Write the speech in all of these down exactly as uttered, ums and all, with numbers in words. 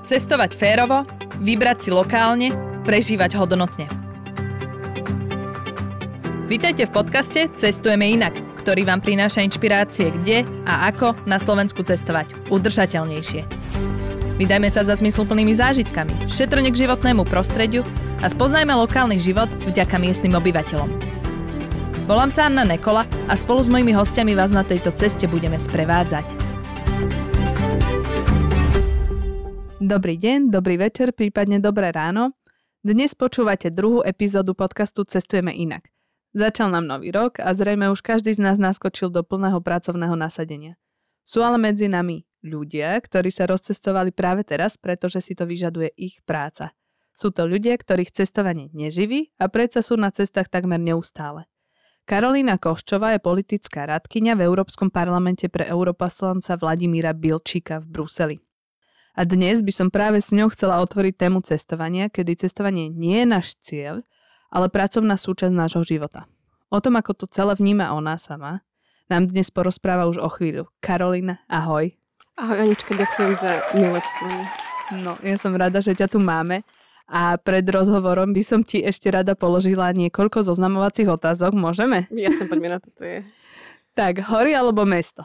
Cestovať férovo, vybrať si lokálne, prežívať hodnotne. Vítajte v podcaste Cestujeme inak, ktorý vám prináša inšpirácie, kde a ako na Slovensku cestovať udržateľnejšie. Vydajme sa za zmysluplnými zážitkami, šetrne k životnému prostrediu a spoznajme lokálny život vďaka miestnym obyvateľom. Volám sa Anna Nekola a spolu s mojimi hostiami vás na tejto ceste budeme sprevádzať. Dobrý deň, dobrý večer, prípadne dobré ráno. Dnes počúvate druhú epizódu podcastu Cestujeme inak. Začal nám nový rok a zrejme už každý z nás naskočil do plného pracovného nasadenia. Sú ale medzi nami ľudia, ktorí sa rozcestovali práve teraz, pretože si to vyžaduje ich práca. Sú to ľudia, ktorých cestovanie neživí a predsa sú na cestách takmer neustále. Karolína Koščová je politická radkyňa v Európskom parlamente pre europoslanca Vladimíra Bilčíka v Bruseli. A dnes by som práve s ňou chcela otvoriť tému cestovania, kedy cestovanie nie je náš cieľ, ale pracovná súčasť nášho života. O tom, ako to celé vníma ona sama, nám dnes porozpráva už o chvíľu. Karolína, ahoj. Ahoj Anička, ďakujem za milé pozvanie. No, ja som rada, že ťa tu máme. A pred rozhovorom by som ti ešte rada položila niekoľko zoznamovacích otázok. Môžeme? Jasne, poďme na to, to je. Tak, hory alebo mesto?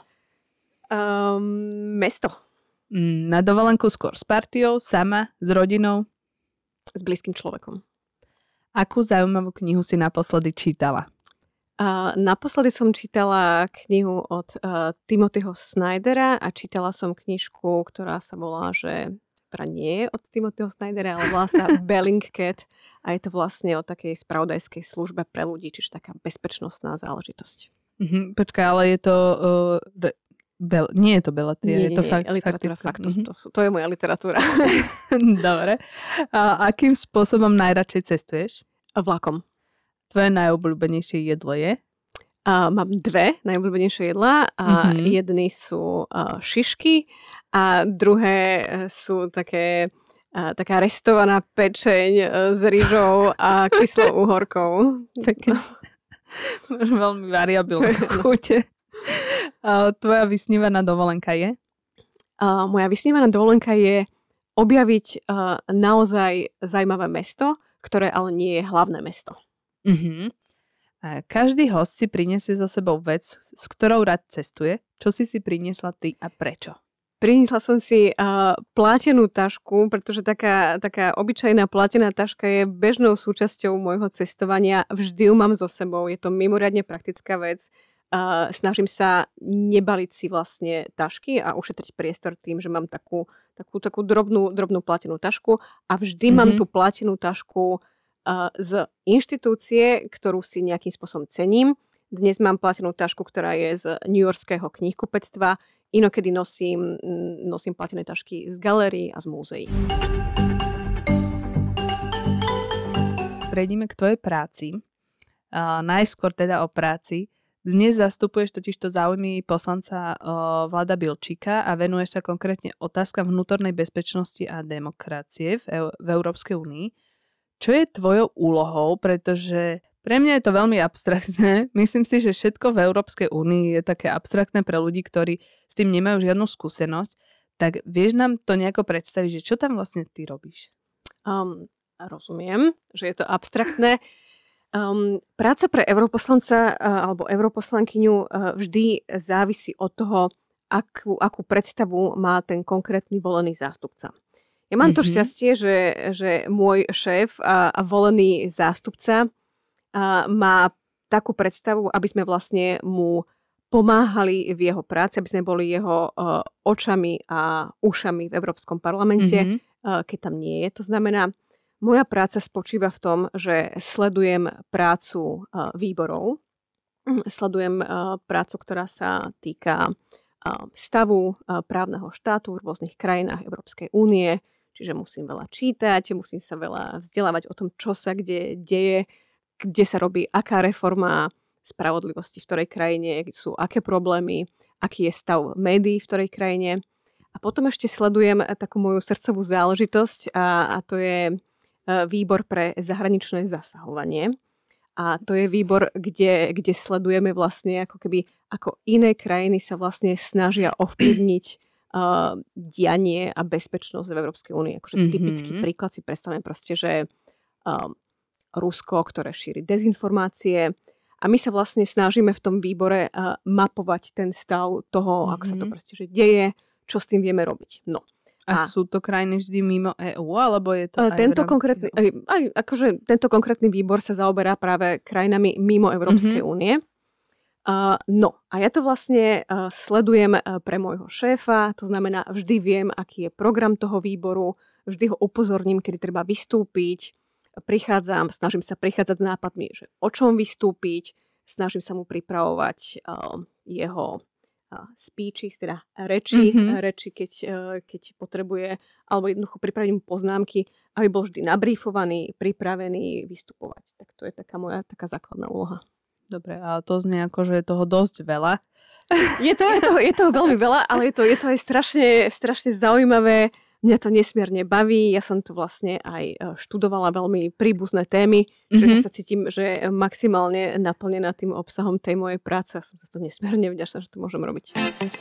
Um, mesto. Na dovolenku skôr s partiou, sama, s rodinou? S blízkym človekom. Akú zaujímavú knihu si naposledy čítala? Uh, naposledy som čítala knihu od uh, Timothyho Snydera a čítala som knižku, ktorá sa volá, že ktorá nie je od Timothyho Snydera, ale volá sa Bellingcat a je to vlastne o takej spravodajskej službe pre ľudí, čiže taká bezpečnostná záležitosť. Mm-hmm, počkaj, ale je to... Uh, Bel, nie je to beletria, nie, je to nie, fakt, literatúra fakt. Mm-hmm. To, to, to je moja literatúra. Dobre. A akým spôsobom najradšej cestuješ? Vlakom. Tvoje najobľúbenejšie jedlo je? Uh, mám dve najobľúbenejšie jedlá. A mm-hmm. Jedny sú uh, šišky a druhé sú také, uh, taká restovaná pečeň uh, s rýžou a kyslou uhorkou. Také veľmi variabilné chute. Uh, tvoja vysnívaná dovolenka je? Uh, moja vysnívaná dovolenka je objaviť uh, naozaj zaujímavé mesto, ktoré ale nie je hlavné mesto. Uh-huh. A každý host si prinesie so sebou vec, s ktorou rád cestuje. Čo si si priniesla ty a prečo? Priniesla som si uh, plátenú tašku, pretože taká, taká obyčajná plátená taška je bežnou súčasťou môjho cestovania. Vždy ju mám so sebou, je to mimoriadne praktická vec. Uh, snažím sa nebaliť si vlastne tašky a ušetriť priestor tým, že mám takú, takú, takú drobnú, drobnú platenú tašku a vždy mm-hmm. mám tú platenú tašku uh, z inštitúcie, ktorú si nejakým spôsobom cením. Dnes mám platenú tašku, ktorá je z newyorského knihkupectva. Inokedy nosím, nosím platené tašky z galérií a z múzeí. Prejdime k tvojej práci. Uh, najskôr teda o práci. Dnes zastupuješ totižto záujmy poslanca o, Vlada Bilčíka a venuješ sa konkrétne otázkam vnútornej bezpečnosti a demokracie v, v Európskej únii. Čo je tvojou úlohou? Pretože pre mňa je to veľmi abstraktné. Myslím si, že všetko v Európskej únii je také abstraktné pre ľudí, ktorí s tým nemajú žiadnu skúsenosť. Tak vieš nám to nejako predstaviť, že čo tam vlastne ty robíš? Um, rozumiem, že je to abstraktné. Um, práca pre europoslanca uh, alebo europoslankyňu uh, vždy závisí od toho, akú, akú predstavu má ten konkrétny volený zástupca. Ja mám mm-hmm. to šťastie, že, že môj šéf a, a volený zástupca uh, má takú predstavu, aby sme vlastne mu pomáhali v jeho práci, aby sme boli jeho uh, očami a ušami v Európskom parlamente, mm-hmm. uh, keď tam nie je. To znamená, moja práca spočíva v tom, že sledujem prácu uh, výborov, sledujem uh, prácu, ktorá sa týka uh, stavu uh, právneho štátu v rôznych krajinách Európskej únie, čiže musím veľa čítať, musím sa veľa vzdelávať o tom, čo sa kde deje, kde sa robí aká reforma spravodlivosti v ktorej krajine, sú aké problémy, aký je stav médií v ktorej krajine. A potom ešte sledujem takú moju srdcovú záležitosť a, a to je výbor pre zahraničné zasahovanie. A to je výbor, kde, kde sledujeme vlastne ako keby, ako iné krajiny sa vlastne snažia ovplyvniť uh, dianie a bezpečnosť v Európskej únii. Akože mm-hmm. typický príklad si predstavme proste, že um, Rusko, ktoré šíri dezinformácie a my sa vlastne snažíme v tom výbore uh, mapovať ten stav toho, mm-hmm. ako sa to proste že deje, čo s tým vieme robiť. No. A, a sú to krajiny vždy mimo EÚ, alebo je to aj tento konkrétny, aj, aj, akože tento konkrétny výbor sa zaoberá práve krajinami mimo Európskej únie. Mm-hmm. Uh, no a ja to vlastne uh, sledujem uh, pre môjho šéfa, to znamená vždy viem, aký je program toho výboru, vždy ho upozorním, kedy treba vystúpiť, prichádzam, snažím sa prichádzať s nápadmi, že o čom vystúpiť, snažím sa mu pripravovať uh, jeho speeches, teda reči, mm-hmm. reči keď, keď potrebuje, alebo jednoducho pripraviť mu poznámky, aby bol vždy nabrífovaný, pripravený vystupovať. Tak to je taká moja taká základná úloha. Dobre, ale to znie ako, že je toho dosť veľa. Je, to, je, toho, je toho veľmi veľa, ale je to, je to aj strašne, strašne zaujímavé. Mňa to nesmierne baví, ja som to vlastne aj študovala veľmi príbuzné témy, mm-hmm. že ja sa cítim, že maximálne naplnená tým obsahom tej mojej práce a som sa to nesmierne vďačná, že to môžem robiť.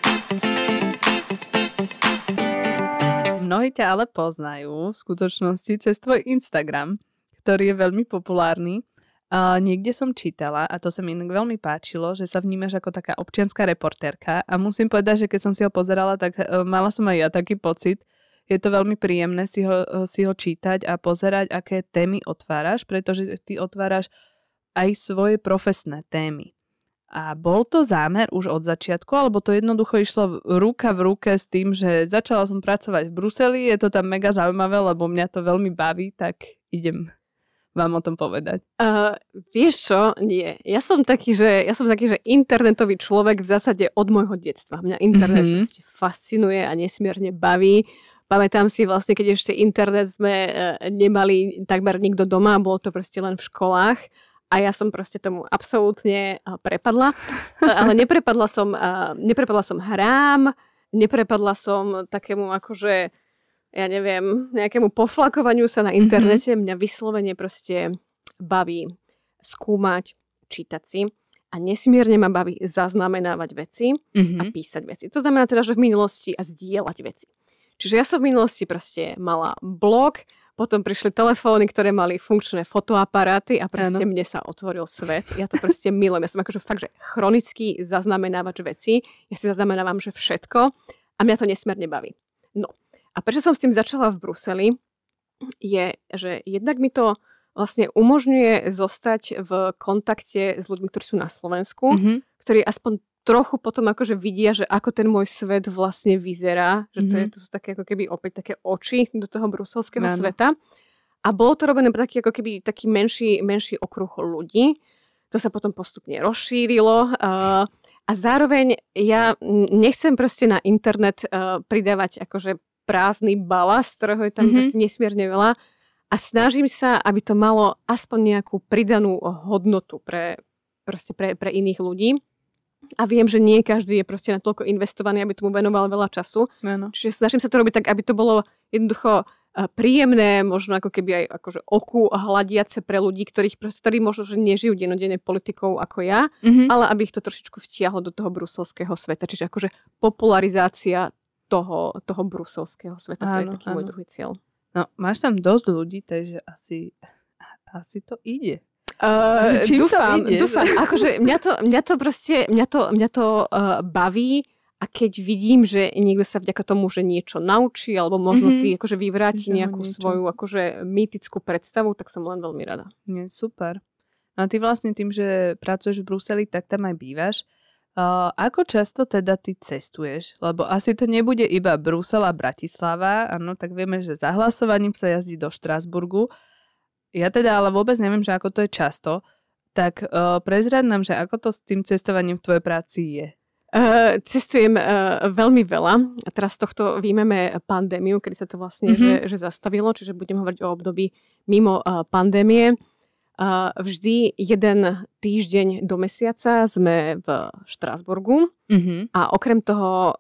Mnohí ťa ale poznajú v skutočnosti cez tvoj Instagram, ktorý je veľmi populárny. Uh, niekde som čítala, a to sa mi inak veľmi páčilo, že sa vnímaš ako taká občianská reportérka a musím povedať, že keď som si ho pozerala, tak uh, mala som aj ja taký pocit. Je to veľmi príjemné si ho, si ho čítať a pozerať, aké témy otváraš, pretože ty otváraš aj svoje profesné témy. A bol to zámer už od začiatku, alebo to jednoducho išlo ruka v ruke s tým, že začala som pracovať v Bruseli, je to tam mega zaujímavé, lebo mňa to veľmi baví, tak idem vám o tom povedať. Uh, vieš čo? Nie. Ja som taký, že, ja som taký, že internetový človek v zásade od môjho detstva. Mňa internet mm-hmm. proste fascinuje a nesmierne baví. Pamätám si vlastne, keď ešte internet sme nemali takmer nikto doma, bolo to proste len v školách a ja som proste tomu absolútne prepadla. Ale neprepadla som, neprepadla som hrám, neprepadla som takému akože, ja neviem, nejakému poflakovaniu sa na internete. Mm-hmm. Mňa vyslovene proste baví skúmať, čítať si a nesmierne ma baví zaznamenávať veci mm-hmm. a písať veci. To znamená teda, že v minulosti a zdieľať veci. Čiže ja som v minulosti proste mala blog, potom prišli telefóny, ktoré mali funkčné fotoaparáty a proste ano. Mne sa otvoril svet. Ja to proste milujem. Ja som akože fakt, že chronický zaznamenávač veci. Ja si zaznamenávam, že všetko a mňa to nesmierne baví. No a prečo som s tým začala v Bruseli, je, že jednak mi to vlastne umožňuje zostať v kontakte s ľuďmi, ktorí sú na Slovensku, mm-hmm. ktorí aspoň trochu potom akože vidia, že ako ten môj svet vlastne vyzerá, že to, je, to sú také ako keby opäť také oči do toho bruselského no. sveta. A bolo to robené pre taký ako keby taký menší, menší okruh ľudí. To sa potom postupne rozšírilo. Uh, a zároveň ja nechcem proste na internet uh, pridávať akože prázdny balast, ktorého je tam mm-hmm. proste nesmierne veľa. A snažím sa, aby to malo aspoň nejakú pridanú hodnotu pre, proste pre, pre iných ľudí. A viem, že nie každý je proste natoľko investovaný, aby tomu venoval veľa času. Ano. Čiže snažím sa to robiť tak, aby to bolo jednoducho príjemné, možno ako keby aj akože oku hľadiace pre ľudí, ktorých proste, ktorí možno, že nežijú dennodenné politikou ako ja, mm-hmm. ale aby ich to trošičku vtiahlo do toho bruselského sveta. Čiže akože popularizácia toho, toho bruselského sveta. Áno, to je taký áno. môj druhý cieľ. No, máš tam dosť ľudí, takže asi, asi to ide. Uh, dúfam, ide, dúfam. Akože mňa to, mňa to proste, mňa to, mňa to uh, baví a keď vidím, že niekto sa vďaka tomu, že niečo naučí alebo možno mm-hmm. si akože vyvráti nejakú niečo. Svoju akože mýtickú predstavu, tak som len veľmi rada. Nie, super. A ty vlastne tým, že pracuješ v Bruseli, tak tam aj bývaš. Uh, ako často teda ty cestuješ? Lebo asi to nebude iba Brusel a Bratislava. Áno, tak vieme, že za hlasovaním sa jazdí do Štrasburgu. Ja teda ale vôbec neviem, že ako to je často, tak uh, prezrad nám, že ako to s tým cestovaním v tvojej práci je. Uh, cestujem uh, veľmi veľa. A teraz z tohto výjmeme pandémiu, kedy sa to vlastne mm-hmm. že, že zastavilo, čiže budem hovoriť o období mimo uh, pandémie. Uh, vždy jeden týždeň do mesiaca sme v Štrasburgu mm-hmm. a okrem toho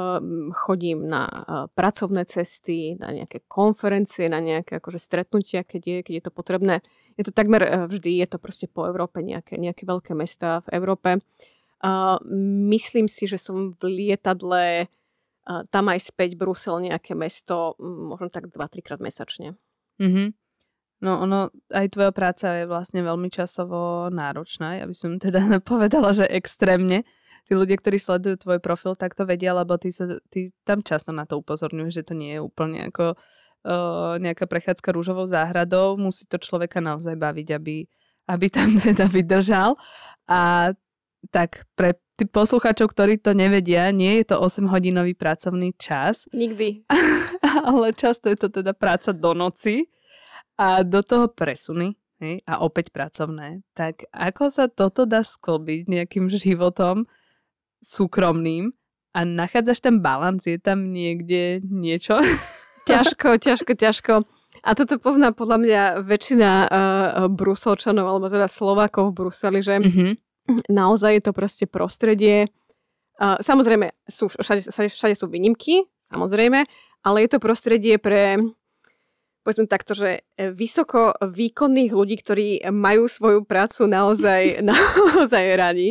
chodím na pracovné cesty, na nejaké konferencie, na nejaké akože stretnutia, keď je, keď je to potrebné. Je to takmer vždy, je to proste po Európe, nejaké, nejaké veľké mestá v Európe. Uh, myslím si, že som v lietadle uh, tam aj späť Brusel, nejaké mesto, možno tak dva tri krát mesačne. Mm-hmm. No ono, aj tvoja práca je vlastne veľmi časovo náročná. Ja by som teda povedala, že extrémne. Tí ľudia, ktorí sledujú tvoj profil, tak to vedia, lebo ty, sa, ty tam často na to upozorňuješ, že to nie je úplne ako uh, nejaká prechádzka rúžovou záhradou. Musí to človeka naozaj baviť, aby, aby tam teda vydržal. A tak pre tí poslucháčov, ktorí to nevedia, nie je to osemhodinový pracovný čas. Nikdy. Ale často je to teda práca do noci a do toho presuny. Hej, a opäť pracovné. Tak ako sa toto dá sklbiť nejakým životom súkromným a nachádzaš ten balans? Je tam niekde niečo? Ťažko, ťažko, ťažko. A toto pozná podľa mňa väčšina uh, Bruselčanov, alebo teda Slovákov v Bruseli, že mm-hmm. naozaj je to proste prostredie. Uh, samozrejme, sú, všade, všade, všade sú výnimky, samozrejme, ale je to prostredie pre, povedzme takto, že vysoko výkonných ľudí, ktorí majú svoju prácu naozaj, naozaj radi.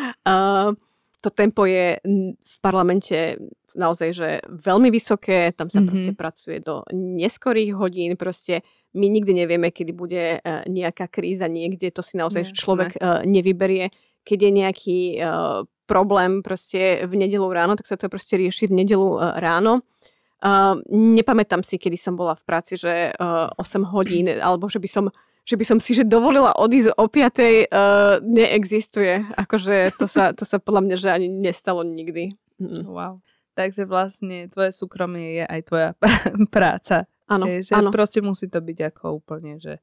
Uh, To tempo je v parlamente naozaj, že veľmi vysoké, tam sa mm-hmm. proste pracuje do neskorých hodín, proste my nikdy nevieme, kedy bude nejaká kríza niekde, to si naozaj yes, človek ne. nevyberie. Keď je nejaký uh, problém proste v nedeľu ráno, tak sa to proste rieši v nedeľu uh, ráno. Uh, nepamätám si, kedy som bola v práci, že uh, osem hodín, alebo že by som že by som si že dovolila odísť o piatej, uh, neexistuje. Akože to sa, to sa podľa mňa že ani nestalo nikdy. Mm. Wow. Takže vlastne tvoje súkromie je aj tvoja práca. Áno, je, že áno. Proste musí to byť ako úplne, že...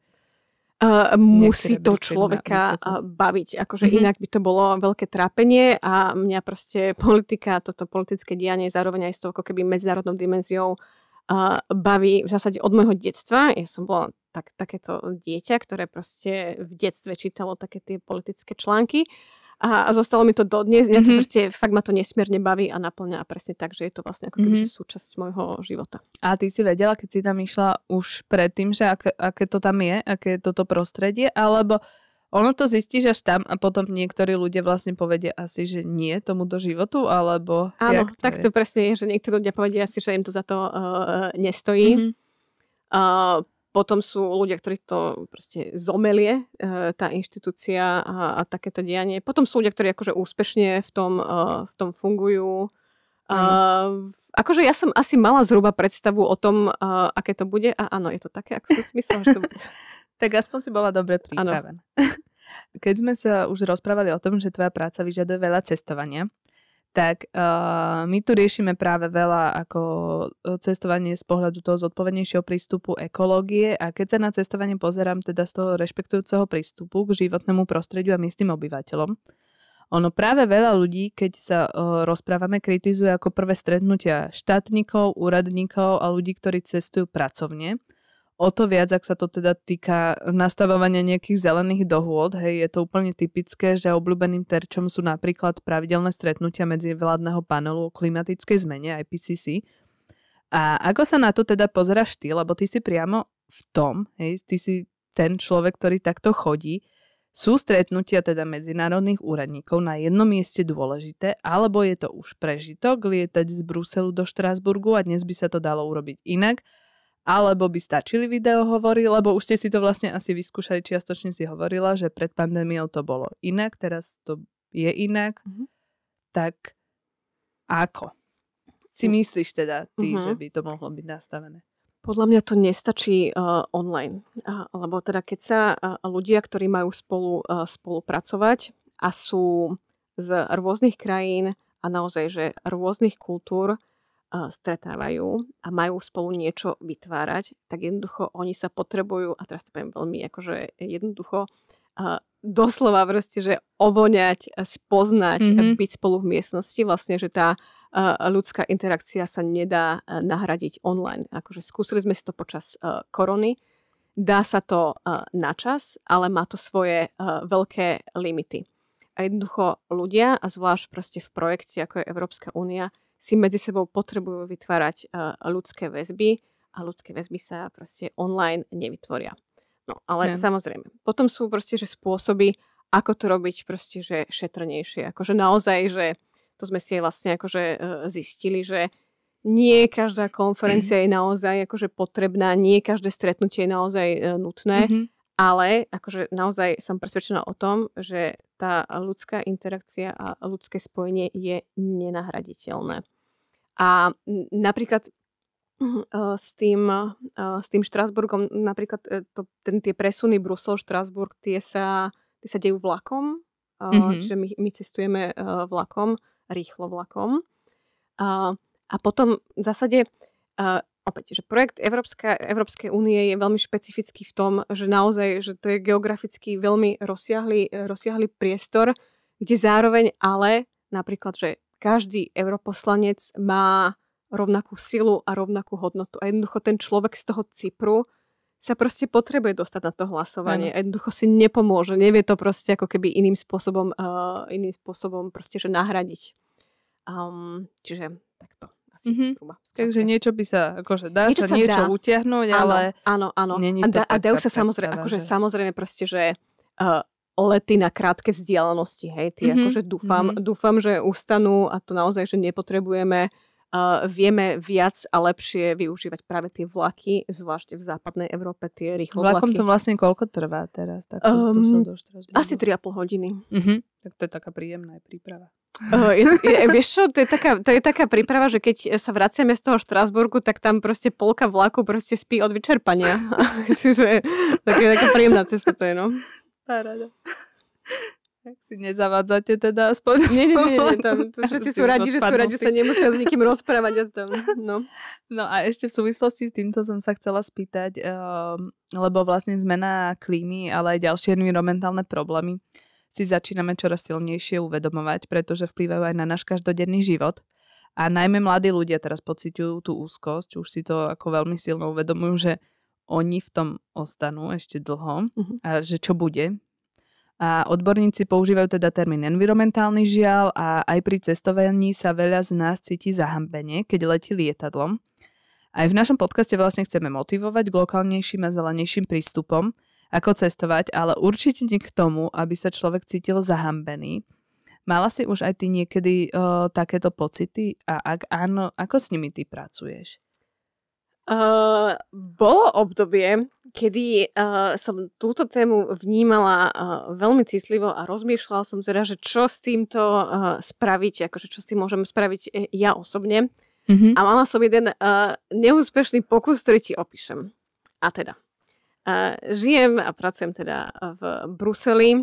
Uh, musí to človeka uh, baviť. Akože mm-hmm. inak by to bolo veľké trápenie a mňa proste politika, toto politické dianie zároveň aj s tou ako keby medzinárodnou dimenziou uh, baví v zásade od môjho detstva. Ja som bola tak, takéto dieťa, ktoré proste v detstve čítalo také tie politické články a, a zostalo mi to dodnes. Mm-hmm. Ja to proste, fakt ma to nesmierne baví a naplňa a presne tak, že je to vlastne ako keby mm-hmm. súčasť môjho života. A ty si vedela, keď si tam išla už predtým, že aké, aké to tam je, aké je toto prostredie, alebo ono to zistíš až tam a potom niektorí ľudia vlastne povedia asi, že nie tomu do životu, alebo... Áno, to tak je? To presne je, že niektorí ľudia povedia asi, že im to za to uh, nestojí. Mm-hmm. Uh, Potom sú ľudia, ktorí to proste zomelie, tá inštitúcia a, a takéto dianie. Potom sú ľudia, ktorí akože úspešne v tom, v tom fungujú. Uh, akože ja som asi mala zhruba predstavu o tom, uh, aké to bude. A áno, je to také, ako som si myslela, že to bude. Tak aspoň si bola dobre pripravená. Keď sme sa už rozprávali o tom, že tvoja práca vyžaduje veľa cestovania, tak uh, my tu riešime práve veľa ako cestovanie z pohľadu toho zodpovednejšieho prístupu ekológie a keď sa na cestovanie pozerám teda z toho rešpektujúceho prístupu k životnému prostrediu a miestnym obyvateľom, ono práve veľa ľudí, keď sa uh, rozprávame, kritizuje ako prvé stretnutia štátnikov, úradníkov a ľudí, ktorí cestujú pracovne. O to viac, ak sa to teda týka nastavovania nejakých zelených dohôd, hej, je to úplne typické, že obľúbeným terčom sú napríklad pravidelné stretnutia medzivládneho panelu o klimatickej zmene, I P C C. A ako sa na to teda pozeráš ty, lebo ty si priamo v tom, hej, ty si ten človek, ktorý takto chodí, sú stretnutia teda medzinárodných úradníkov na jednom mieste dôležité, alebo je to už prežitok lietať z Bruselu do Štrasburgu a dnes by sa to dalo urobiť inak, alebo by stačili videohovory, lebo už ste si to vlastne asi vyskúšali, čiastočne si hovorila, že pred pandémiou to bolo inak, teraz to je inak. Mm-hmm. Tak ako? Si myslíš teda ty, mm-hmm. že by to mohlo byť nastavené? Podľa mňa to nestačí uh, online. Uh, lebo teda keď sa uh, ľudia, ktorí majú spolu uh, spolupracovať a sú z rôznych krajín a naozaj, že rôznych kultúr stretávajú a majú spolu niečo vytvárať, tak jednoducho oni sa potrebujú, a teraz to poviem veľmi akože jednoducho, uh, doslova proste, že ovoňať, spoznať, mm-hmm. byť spolu v miestnosti, vlastne, že tá uh, ľudská interakcia sa nedá uh, nahradiť online. Akože skúsili sme si to počas uh, korony, dá sa to uh, na čas, ale má to svoje uh, veľké limity. A jednoducho ľudia, a zvlášť proste v projekte, ako je Európska únia, si medzi sebou potrebujú vytvárať uh, ľudské väzby a ľudské väzby sa proste online nevytvoria. No, ale ne. Samozrejme. Potom sú proste, že spôsoby, ako to robiť proste, že šetrnejšie. Akože naozaj, že to sme si vlastne akože uh, zistili, že nie každá konferencia je naozaj akože potrebná, nie každé stretnutie je naozaj uh, nutné, mm-hmm. ale akože naozaj som presvedčená o tom, že tá ľudská interakcia a ľudské spojenie je nenahraditeľné. A napríklad uh, s tým, uh, s tým Štrasburgom, napríklad uh, to, ten, tie presuny Brusel, Štrasburg, tie sa, tie sa dejú vlakom, uh, mm-hmm. čiže my, my cestujeme uh, vlakom, rýchlo vlakom. Uh, a potom v zásade uh, opäť, že projekt Európska, Európskej únie je veľmi špecifický v tom, že naozaj, že to je geograficky veľmi rozsiahly, rozsiahly priestor, kde zároveň ale napríklad, že každý europoslanec má rovnakú silu a rovnakú hodnotu. A jednoducho ten človek z toho Cypru sa proste potrebuje dostať na to hlasovanie. A jednoducho si nepomôže. Nevie to proste ako keby iným spôsobom, uh, iným spôsobom proste, že nahradiť. Um, čiže takto. Mm-hmm. Takže niečo by sa, akože dá niečo sa, sa niečo dá. utiahnuť, áno, ale áno, áno. A, da, a dajú sa samozrejme, akože že... samozrejme proste, že uh, lety na krátke vzdialenosti, hej, tie mm-hmm. akože dúfam, mm-hmm. dúfam, že ustanú a to naozaj, že nepotrebujeme, uh, vieme viac a lepšie využívať práve tie vlaky, zvlášť v západnej Európe, tie rýchlo vlaky. Vlakom to vlastne koľko trvá teraz? Tak um, do asi tri a pol hodiny. Mm-hmm. Tak to je taká príjemná príprava. Uh, je, je, vieš čo, to je, taká, to je taká príprava, že keď sa vraciame z toho Štrasburgu, tak tam proste polka vlaku proste spí od vyčerpania. Čiže taká, taká príjemná cesta to je, no. Paráda. Tak si nezavádzate teda aspoň. Nie, nie, nie, nie tam, to všetci sú radi, že sú radi, že sa nemusia s nikým rozprávať. A tam, no. no a ešte v súvislosti s týmto som sa chcela spýtať, um, lebo vlastne zmena klímy, ale aj ďalšie environmentálne problémy si začíname čoraz silnejšie uvedomovať, pretože vplývajú aj na náš každodenný život. A najmä mladí ľudia teraz pociťujú tú úzkosť, už si to ako veľmi silno uvedomujú, že oni v tom ostanú ešte dlho uh-huh. a že čo bude. A odborníci používajú teda termín environmentálny žiaľ a aj pri cestovaní sa veľa z nás cíti zahambene, keď letí lietadlom. Aj v našom podcaste vlastne chceme motivovať k lokálnejším a zelenejším prístupom, ako cestovať, ale určite nie k tomu, aby sa človek cítil zahambený. Mala si už aj ty niekedy uh, takéto pocity a ak áno, ako s nimi ty pracuješ? Uh, bolo obdobie, kedy uh, som túto tému vnímala uh, veľmi citlivo a rozmýšľala som teda, že čo s týmto uh, spraviť, akože čo s tým môžem spraviť ja osobne. Mm-hmm. A mala som jeden uh, neúspešný pokus, ktorý ti opíšem. A teda, uh, žijem a pracujem teda v Bruseli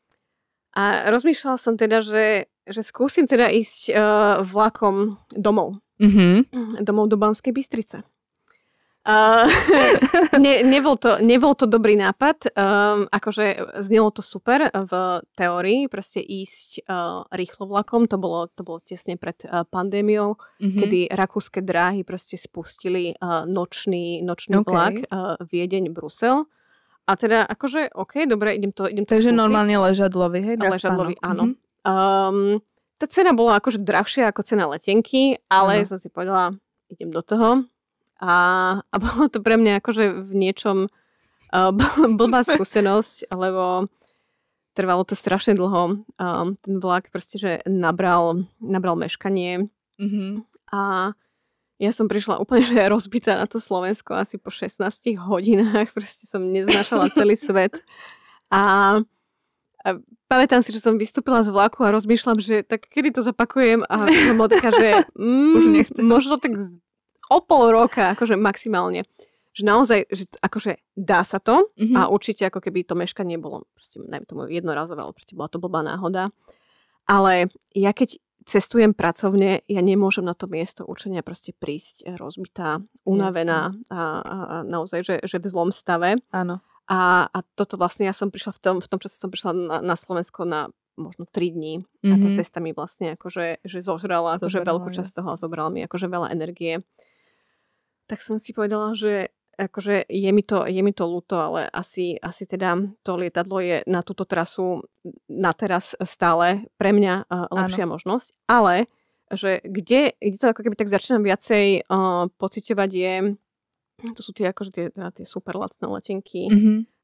a rozmýšľala som teda, že, že skúsim teda ísť uh, vlakom domov. Mm-hmm. Domov do Banskej Bystrice. Uh, ne, nebol, to, nebol to dobrý nápad, um, akože znelo to super v teórii, proste ísť uh, rýchlo vlakom, to bolo, to bolo tesne pred uh, pandémiou, mm-hmm. kedy rakúske dráhy proste spustili uh, nočný, nočný okay. vlak uh, Viedeň, Brusel. A teda akože, ok, dobre, idem to, idem to Takže skúsiť. normálne ležadlový, hej? Ležadlový, áno. Mm-hmm. Um, tá cena bola akože drahšia ako cena letenky, ale uh-huh. som si povedala, idem do toho. A, a bolo to pre mňa akože v niečom uh, blbá skúsenosť, lebo trvalo to strašne dlho. Um, ten vlak proste, že nabral, nabral meškanie. Mm-hmm. A ja som prišla úplne že rozbitá na to Slovensko asi po šestnástich hodinách. Proste som neznášala celý svet. A, a pamätám si, že som vystúpila z vlaku a rozmýšľam, že tak kedy to zapakujem a som bola taká, že mm, možno tak o pol roka, akože maximálne. Že naozaj, že akože dá sa to mm-hmm. a určite ako keby to meškanie bolo proste, najmä tomu jednorazové, ale proste bola to blbá náhoda. Ale ja keď cestujem pracovne, ja nemôžem na to miesto určenia proste prísť rozbitá, unavená a, a, a naozaj, že, že v zlom stave. Áno. A, a toto vlastne ja som prišla v tom, v tom čase som prišla na, na Slovensko na možno tri dní mm-hmm. a tá cesta mi vlastne akože že zožrala akože veľkú časť toho a zobrala mi akože veľa energie. Tak som si povedala, že akože je mi to, je mi to ľúto, ale asi, asi teda to lietadlo je na túto trasu na teraz stále pre mňa uh, lepšia Áno. možnosť. Ale že kde, kde to ako keby tak začínam viacej uh, pociťovať je, to sú tie akože tie, teda tie super lacné letenky mm-hmm.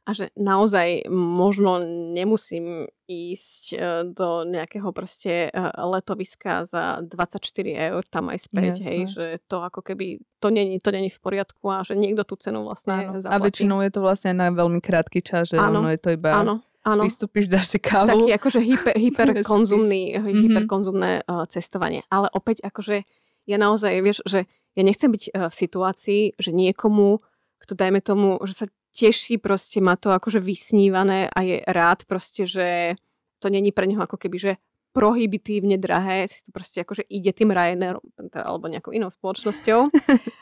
a že naozaj možno nemusím ísť do nejakého proste letoviska za dvadsaťštyri eur tam aj späť, hej, že to ako keby, to není, to není v poriadku a že niekto tú cenu vlastne áno. zaplatí. A väčšinou je to vlastne na veľmi krátky čas, že áno, ono je to iba áno, áno. vystúpiš, dáš si kávu. Taký akože hyper, hyperkonzumný, hyperkonzumné uh, cestovanie. Ale opäť akože ja naozaj, vieš, že ja nechcem byť uh, v situácii, že niekomu, kto dajme tomu, že sa teší, proste má to akože vysnívané a je rád proste, že to není pre neho ako keby, že prohibitívne drahé, si to proste akože ide tým Ryanairom alebo nejakou inou spoločnosťou.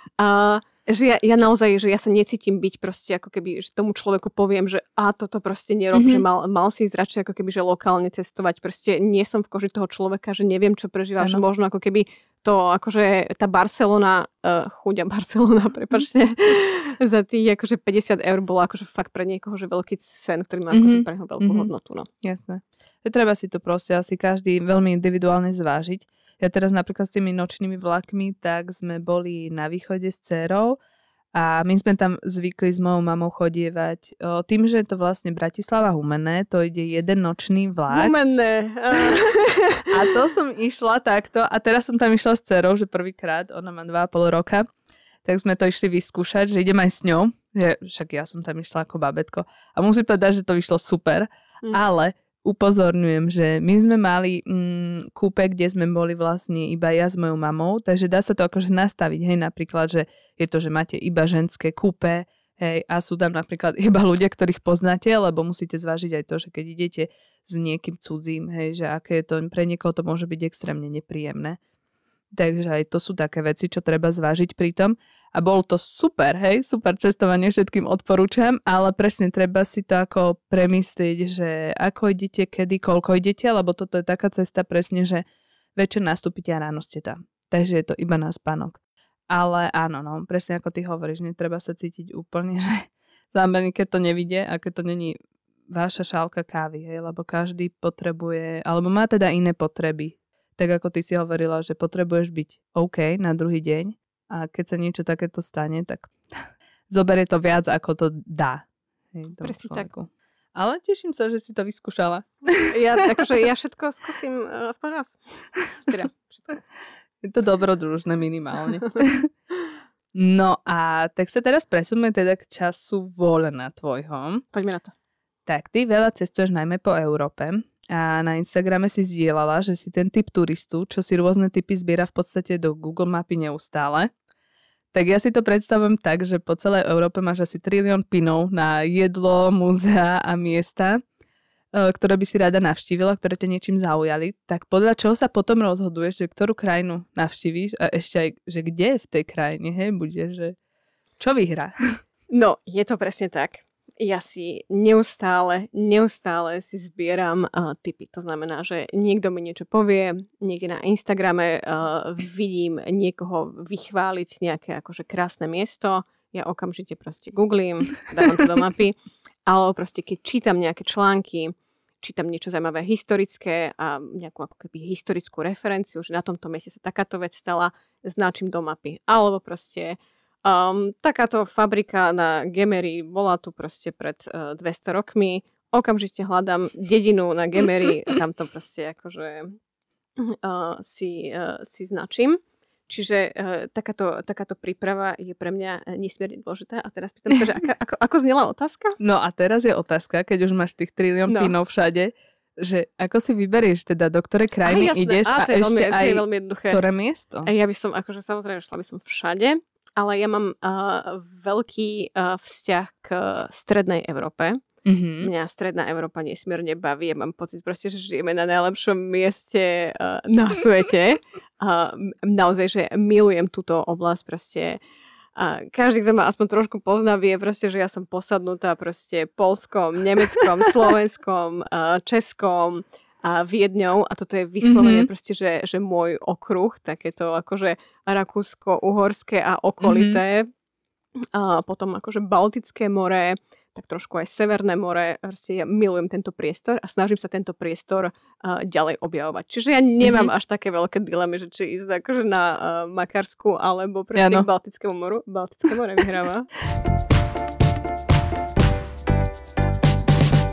A že ja, ja naozaj, že ja sa necítim byť proste ako keby, že tomu človeku poviem, že a toto proste nerob, mm-hmm. že mal, mal si ísť radšej ako keby, že lokálne cestovať. Proste nie som v koži toho človeka, že neviem, čo prežíva, že možno ako keby to akože tá Barcelona, uh, chuďa Barcelona, prepáčte, za tých akože päťdesiat eur bola akože fakt pre niekoho, že veľký sen, ktorý má mm-hmm. akože pre neho veľkú mm-hmm. hodnotu. No. Jasné. Je treba si to proste asi každý veľmi individuálne zvážiť. Ja teraz napríklad s tými nočnými vlakmi, tak sme boli na východe s dcérou a my sme tam zvykli s mojou mamou chodievať. O, tým, že je to vlastne Bratislava Humenné, to ide jeden nočný vlak. Humenné. A to som išla takto a teraz som tam išla s dcérou, že prvýkrát, ona má dva a pol roka, tak sme to išli vyskúšať, že idem aj s ňou, že však ja som tam išla ako babetko. A musím povedať, že to vyšlo super, mm. ale upozorňujem, že my sme mali mm, kúpe, kde sme boli vlastne iba ja s mojou mamou, takže dá sa to akože nastaviť, hej, napríklad, že je to, že máte iba ženské kúpe, hej, a sú tam napríklad iba ľudia, ktorých poznáte, lebo musíte zvážiť aj to, že keď idete s niekým cudzím, hej, že aké je to, pre niekoho to môže byť extrémne nepríjemné. Takže aj to sú také veci, čo treba zvážiť pri tom. A bolo to super, hej, super cestovanie, všetkým odporúčam, ale presne treba si to ako premyslieť, že ako idete, kedy, koľko idete, lebo toto je taká cesta presne, že večer nastúpite a ráno ste tam. Takže je to iba na spánok. Ale áno, no, presne ako ty hovoríš, netreba sa cítiť úplne, že v Amerike to nevidie a keď to není vaša šálka kávy, hej, lebo každý potrebuje, alebo má teda iné potreby. Tak ako ty si hovorila, že potrebuješ byť OK na druhý deň, a keď sa niečo takéto stane, tak zoberie to viac, ako to dá. Hej, presne tak. Ale teším sa, že si to vyskúšala. Ja, akože ja všetko skúsim uh, aspoň raz. Teda všetko. Je to dobrodružné minimálne. No a tak sa teraz presúme teda k času voľna tvojho. Poďme na to. Tak, ty veľa cestuješ najmä po Európe a na Instagrame si zdieľala, že si ten typ turistu, čo si rôzne typy zbiera v podstate do Google mapy neustále. Tak ja si to predstavujem tak, že po celej Európe máš asi trilión pinov na jedlo, múzea a miesta, ktoré by si rada navštívila, ktoré ťa niečím zaujali. Tak podľa čoho sa potom rozhoduješ, že ktorú krajinu navštívíš a ešte aj, že kde v tej krajine, hej, bude, že čo vyhrá? No, je to presne tak. Ja si neustále, neustále si zbieram uh, tipy. To znamená, že niekto mi niečo povie, niekde na Instagrame uh, vidím niekoho vychváliť nejaké akože krásne miesto, ja okamžite proste googlím, dávam to do mapy, alebo proste keď čítam nejaké články, čítam niečo zaujímavé historické a nejakú ako keby historickú referenciu, že na tomto mieste sa takáto vec stala, značím do mapy. Alebo proste Um, takáto fabrika na Gemery bola tu proste pred uh, dvesto rokmi. Okamžite hľadám dedinu na Gemery a tam to proste akože uh, si, uh, si značím. Čiže uh, takáto, takáto príprava je pre mňa nesmierne dôležitá. A teraz pýtam sa, že ako, ako, ako znela otázka? No a teraz je otázka, keď už máš tých trilión no. pinov všade, že ako si vyberieš teda, do ktorej krajiny Aj, ideš a, a ešte veľmi, aj jednoduché. Ktoré miesto? Ja by som, akože samozrejme, šla by som všade. Ale ja mám uh, veľký uh, vzťah k strednej Európe. Mm-hmm. Mňa stredná Európa nesmierne baví. Ja mám pocit proste, že žijeme na najlepšom mieste uh, na svete. Uh, naozaj, že milujem túto oblasť. Proste uh, každý, kto ma aspoň trošku pozná, vie proste, že ja som posadnutá proste Poľskom, Nemeckom, Slovenskom, uh, Českom a Viedňou a toto je vyslovene mm-hmm. proste, že, že môj okruh, takéto akože Rakúsko-Uhorské a okolité. Mm-hmm. A potom akože Baltické more, tak trošku aj Severné more. Proste ja milujem tento priestor a snažím sa tento priestor uh, ďalej objavovať. Čiže ja nemám mm-hmm. až také veľké dilemy, že či ísť akože na uh, Makarsku alebo proste ja, no. k Baltickému moru. Baltické more vyhráva.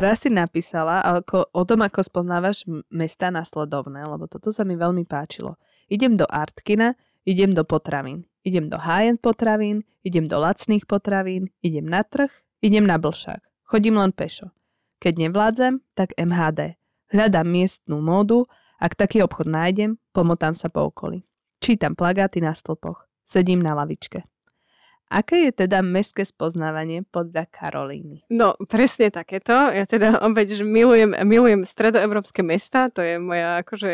Raz si napísala ako, o tom, ako spoznávaš mesta nasledovné, lebo toto sa mi veľmi páčilo. Idem do Artkina, idem do potravín. Idem do high-end potravín, idem do lacných potravín, idem na trh, idem na blšák. Chodím len pešo. Keď nevládzem, tak em há dé. Hľadám miestnú módu, ak taký obchod nájdem, pomotám sa po okolí. Čítam plagáty na stĺpoch. Sedím na lavičke. Aké je teda mestské spoznávanie podľa Karolíny? No, presne takéto. Ja teda opäť, že milujem, milujem stredoeurópske mesta. To je moja akože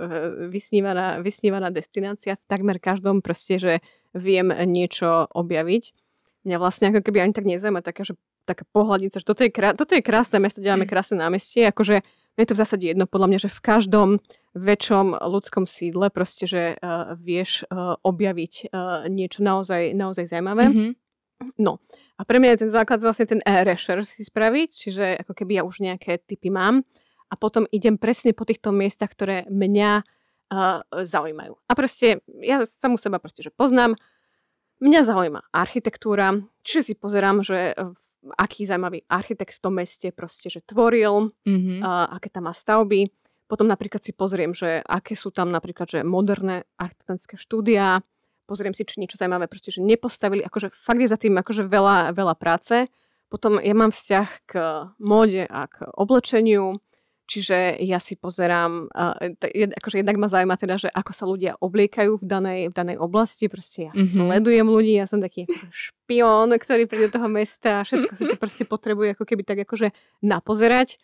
vysnívaná, vysnívaná destinácia. V takmer každom proste, že viem niečo objaviť. Mňa vlastne ako keby ani tak nezaujíma taká, že taká pohľadnica, že toto je, krá, toto je krásne mesto, kde máme krásne námestie. Akože je to v zásade jedno, podľa mňa, že v každom väčšom ľudskom sídle proste, že uh, vieš uh, objaviť uh, niečo naozaj, naozaj zaujímavé. Mm-hmm. No a pre mňa je ten základ vlastne ten research si spraviť, čiže ako keby ja už nejaké tipy mám a potom idem presne po týchto miestach, ktoré mňa uh, zaujímajú. A proste ja samú seba proste, že poznám, mňa zaujíma architektúra, čiže si pozerám, že aký zaujímavý architekt v tom meste proste, že tvoril, mm-hmm. uh, aké tam má stavby. Potom napríklad si pozriem, že aké sú tam napríklad, že moderné architektonické štúdia. Pozriem si, či niečo zaujímavé proste, že nepostavili. Akože fakt je za tým akože veľa, veľa práce. Potom ja mám vzťah k móde a k oblečeniu. Čiže ja si pozerám, uh, t- akože jednak ma zaujíma teda, že ako sa ľudia obliekajú v danej, v danej oblasti. Proste ja mm-hmm. sledujem ľudí, ja som taký akože špión, ktorý príde do toho mesta a všetko si to proste potrebuje ako keby tak akože napozerať.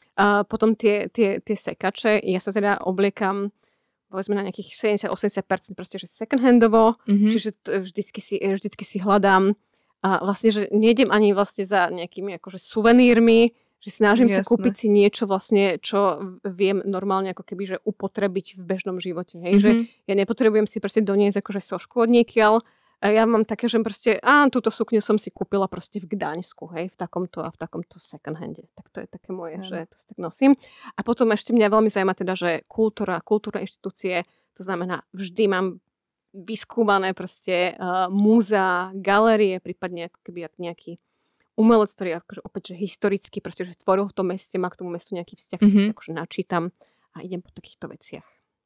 A potom tie, tie, tie sekače, ja sa teda obliekam povedzme na nejakých sedemdesiat až osemdesiat percent proste, že second handovo, mm-hmm. čiže t- vždycky, si, vždycky si hľadám a vlastne, že nejdem ani vlastne za nejakými akože suvenírmi, že snažím Jasne. sa kúpiť si niečo vlastne, čo viem normálne ako keby, že upotrebiť v bežnom živote, hej, mm-hmm. že ja nepotrebujem si proste doniesť akože sošku od niekiaľ. A ja mám také, že proste, á, túto sukňu som si kúpila proste v Gdaňsku, hej, v takomto a v takomto second hande. Tak to je také moje, mm. že to si tak nosím. A potom ešte mňa veľmi zaujíma teda, že kultúra, kultúrne inštitúcie, to znamená, vždy mám vyskúmané proste uh, múzea, galérie, prípadne ako keby nejaký umelec, ktorý akože opäť, že historicky, proste, že tvoril v tom meste, má k tomu mestu nejaký vzťah, mm-hmm. ktorý si akože načítam a idem po takýchto veciach.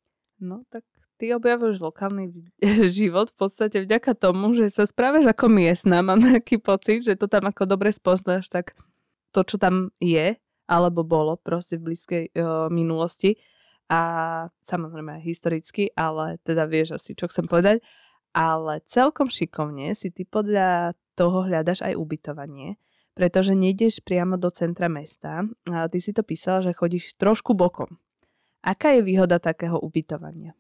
No, tak ty objavuješ lokálny život v podstate vďaka tomu, že sa správaš ako miestna. Mám taký pocit, že to tam ako dobre spoznáš, tak to, čo tam je, alebo bolo proste v blízkej uh, minulosti a samozrejme aj historicky, ale teda vieš asi, čo chcem povedať. Ale celkom šikovne si ty podľa toho hľadaš aj ubytovanie, pretože nejdeš priamo do centra mesta. A ty si to písala, že chodíš trošku bokom. Aká je výhoda takého ubytovania?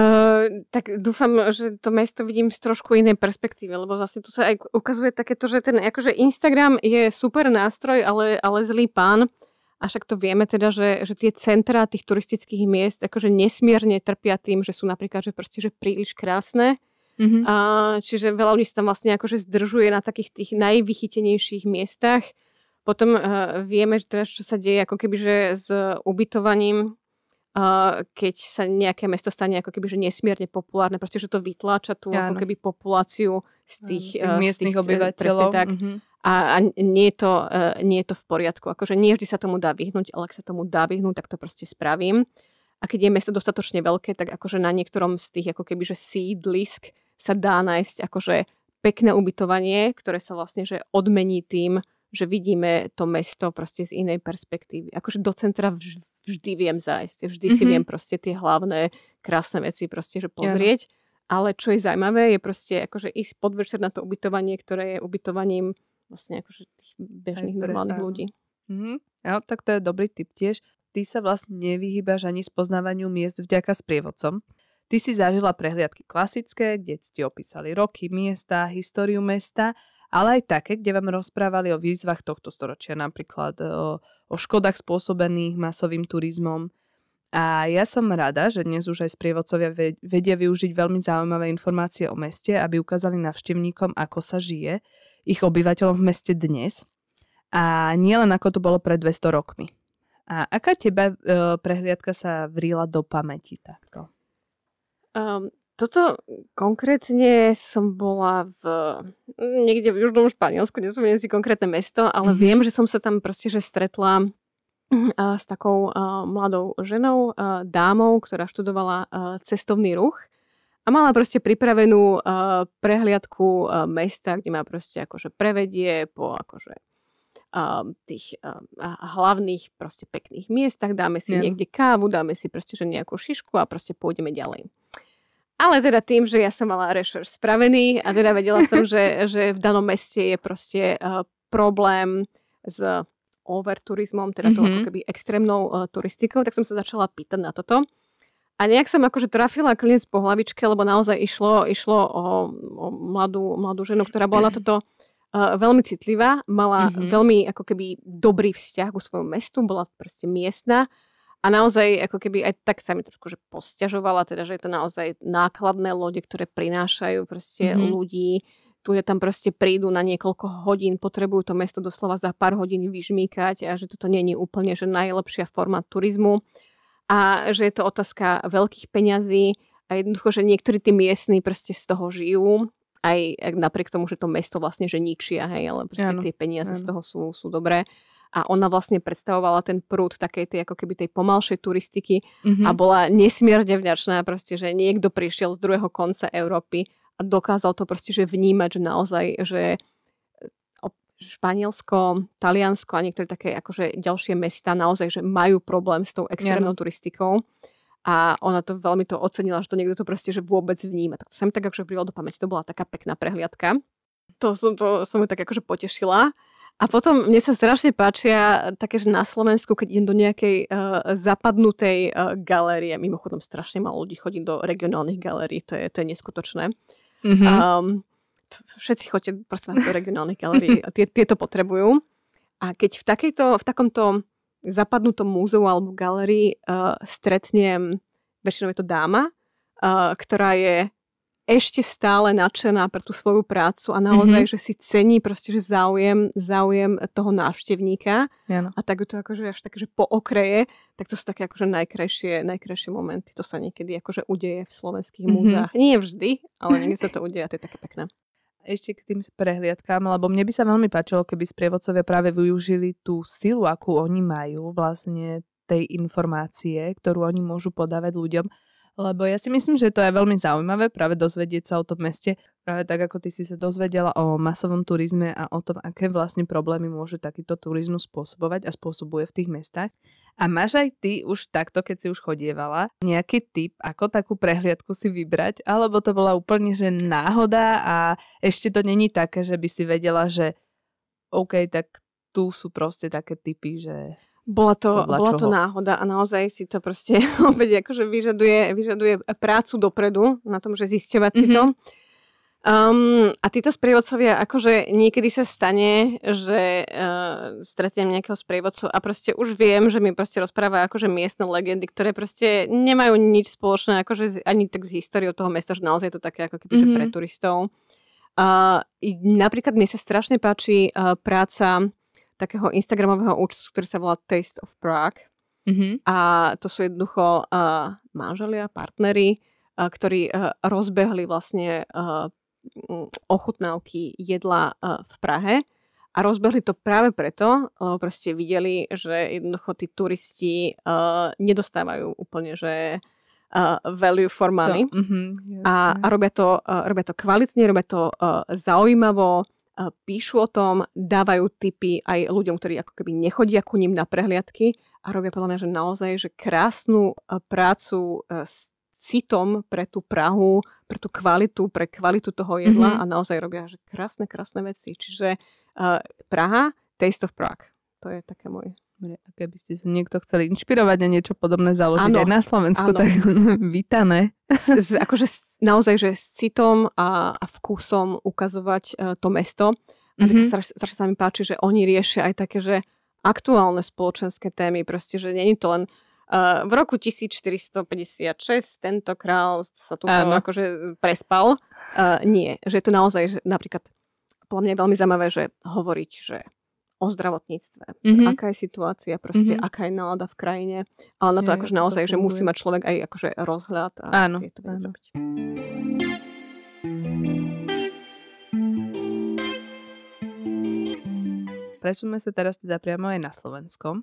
Uh, tak dúfam, že to mesto vidím z trošku inej perspektíve, lebo zase tu sa aj ukazuje takéto, že ten akože Instagram je super nástroj, ale, ale zlý pán. A však to vieme teda, že, že tie centrá tých turistických miest akože nesmierne trpia tým, že sú napríklad že proste, že príliš krásne. Mm-hmm. Uh, čiže veľa ľudí sa tam vlastne akože zdržuje na takých tých najvychytenejších miestach. Potom uh, vieme, že teraz čo sa deje ako keby, že s ubytovaním, Uh, keď sa nejaké mesto stane ako keby, že nesmierne populárne, proste, že to vytláča tú ako keby populáciu z tých, uh, miestnych obyvateľov. Tak. Mm-hmm. A, a nie, je to, uh, nie je to v poriadku. Akože nie vždy sa tomu dá vyhnúť, ale ak sa tomu dá vyhnúť, tak to proste spravím. A keď je mesto dostatočne veľké, tak akože na niektorom z tých ako keby, že sídlisk sa dá nájsť akože pekné ubytovanie, ktoré sa vlastne že odmení tým, že vidíme to mesto proste z inej perspektívy. Akože do centra vž- vždy viem zájsť, vždy mm-hmm. si viem proste tie hlavné krásne veci proste že pozrieť. Ja. Ale čo je zaujímavé, je proste akože ísť podvečer na to ubytovanie, ktoré je ubytovaním vlastne akože tých bežných Aj, normálnych áno. ľudí. Mm-hmm. Ja, tak to je dobrý tip tiež. Ty sa vlastne nevyhýbaš ani spoznávaniu miest vďaka sprievodcom. Ty si zažila prehliadky klasické, kde ti opísali roky, miesta, históriu mesta, ale aj také, kde vám rozprávali o výzvach tohto storočia, napríklad o, o škodách spôsobených masovým turizmom. A ja som rada, že dnes už aj sprievodcovia vedia využiť veľmi zaujímavé informácie o meste, aby ukázali navštevníkom, ako sa žije ich obyvateľom v meste dnes. A nie len ako to bolo pred dvesto rokmi. A aká teba e, prehliadka sa vrila do pamäti takto? Um, toto konkrétne som bola v niekde v južnom Španielsku, nespomeniem si konkrétne mesto, ale mm-hmm. viem, že som sa tam proste že stretla uh, s takou uh, mladou ženou, uh, dámou, ktorá študovala uh, cestovný ruch a mala proste pripravenú uh, prehliadku uh, mesta, kde ma proste akože prevedie po akože uh, tých uh, hlavných proste pekných miestach, dáme si yeah. niekde kávu, dáme si proste že nejakú šišku a proste pôjdeme ďalej. Ale teda tým, že ja som mala rešerš spravený a teda vedela som, že, že v danom meste je proste uh, problém s overturizmom, teda mm-hmm. tou ako keby extrémnou uh, turistikou, tak som sa začala pýtať na toto. A nejak som akože trafila klinec po hlavičke, lebo naozaj išlo, išlo o, o mladú, mladú ženu, ktorá bola na toto uh, veľmi citlivá, mala mm-hmm. veľmi ako keby dobrý vzťah ku svojmu mestu, bola proste miestna. A naozaj, ako keby aj tak sa mi trošku že posťažovala, teda, že je to naozaj nákladné lode, ktoré prinášajú proste mm-hmm. ľudí. Ľudia tam proste prídu na niekoľko hodín, potrebujú to mesto doslova za pár hodín vyžmýkať a že toto nie je úplne že najlepšia forma turizmu. A že je to otázka veľkých peňazí a jednoducho, že niektorí tí miestni proste z toho žijú. Aj napriek tomu, že to mesto vlastne že ničia, hej, ale proste ano, tie peniaze ano. z toho sú, sú dobré. A ona vlastne predstavovala ten prúd takej tej, ako keby tej pomalšej turistiky mm-hmm. a bola nesmierne vďačná proste, že niekto prišiel z druhého konca Európy a dokázal to proste, že vnímať, že naozaj, že Španielsko, Taliansko a niektoré také akože ďalšie mesta naozaj, že majú problém s tou extrémnou yeah. turistikou a ona to veľmi to ocenila, že to niekto to proste, že vôbec vníma. Tak to sa mi tak akože vrilo do pamäti, to bola taká pekná prehliadka. To som, to som ju tak akože potešila. A potom mne sa strašne páčia také, že na Slovensku, keď idem do nejakej uh, zapadnutej uh, galérie, mimochodom strašne málo ľudí chodí do regionálnych galérií, to je, to je neskutočné. Mm-hmm. Um, t- všetci chodíte prosím vás do regionálnych galérií, tie, tieto potrebujú. A keď v, takejto, v takomto zapadnutom múzeu alebo galérii uh, stretnem, väčšinou je to dáma, uh, ktorá je ešte stále nadšená pre tú svoju prácu a naozaj, mm-hmm. že si cení proste, že záujem, záujem toho návštevníka Jano. A tak to akože až také, že pookreje, tak to sú také akože najkrajšie, najkrajšie momenty. To sa niekedy akože udeje v slovenských mm-hmm. múzeách. Nie vždy, ale niekedy sa to udeje a to je také pekné. Ešte k tým prehliadkám, lebo mne by sa veľmi páčilo, keby sprievodcovia práve využili tú silu, akú oni majú vlastne tej informácie, ktorú oni môžu podávať ľuďom. Lebo ja si myslím, že to je veľmi zaujímavé práve dozvedieť sa o tom meste, práve tak, ako ty si sa dozvedela o masovom turizme a o tom, aké vlastne problémy môže takýto turizmus spôsobovať a spôsobuje v tých mestách. A máš aj ty už takto, keď si už chodievala, nejaký tip, ako takú prehliadku si vybrať? Alebo to bola úplne že náhoda a ešte to není také, že by si vedela, že OK, tak tu sú proste také typy, že... Bola to, bola to náhoda a naozaj si to proste opäť akože vyžaduje, vyžaduje prácu dopredu na tom, že zisťovať mm-hmm. si to. Um, a títo sprievodcovia, akože niekedy sa stane, že uh, stretnem nejakého sprievodcu a proste už viem, že mi proste rozpráva akože miestne legendy, ktoré proste nemajú nič spoločné akože ani tak s históriou toho mesta, že naozaj je to také ako keby mm-hmm. že pre turistov. Uh, napríklad mne sa strašne páči uh, práca takého instagramového účtu, ktorý sa volá Taste of Prague. Mm-hmm. A to sú jednoducho uh, manželia, partneri, uh, ktorí uh, rozbehli vlastne uh, ochutnávky jedla uh, v Prahe. A rozbehli to práve preto, lebo proste videli, že jednoducho tí turisti uh, nedostávajú úplne, že uh, value for money. To, mm-hmm, a, a robia to, uh, robia to kvalitne, robia to uh, zaujímavo, píšu o tom, dávajú tipy aj ľuďom, ktorí ako keby nechodia ku ním na prehliadky a robia podľa mňa, že naozaj že krásnu prácu s citom pre tú Prahu, pre tú kvalitu, pre kvalitu toho jedla mm-hmm. a naozaj robia že krásne, krásne veci. Čiže uh, Praha, Taste of Prague. To je také môj... A keby ste sa niekto chceli inšpirovať a niečo podobné založiť ano, aj na Slovensku, ano. Tak vítané. S, s, akože naozaj, že s citom a, a vkusom ukazovať uh, to mesto. A mm-hmm. tak strašne, strašne sa mi páči, že oni riešia aj také, že aktuálne spoločenské témy. Proste, že nie je to len uh, v roku tisícštyristopäťdesiatšesť tento král sa tu akože prespal. Uh, nie, že je to naozaj, že napríklad podľa mňa je veľmi zaujímavé, že hovoriť, že o zdravotníctve. Mm-hmm. Aká je situácia, proste, mm-hmm. aká je nálada v krajine. Ale na to je, akože naozaj, že musí mať človek aj akože rozhľad a áno, si to áno. robiť. presúme sa teraz teda priamo aj na Slovensko.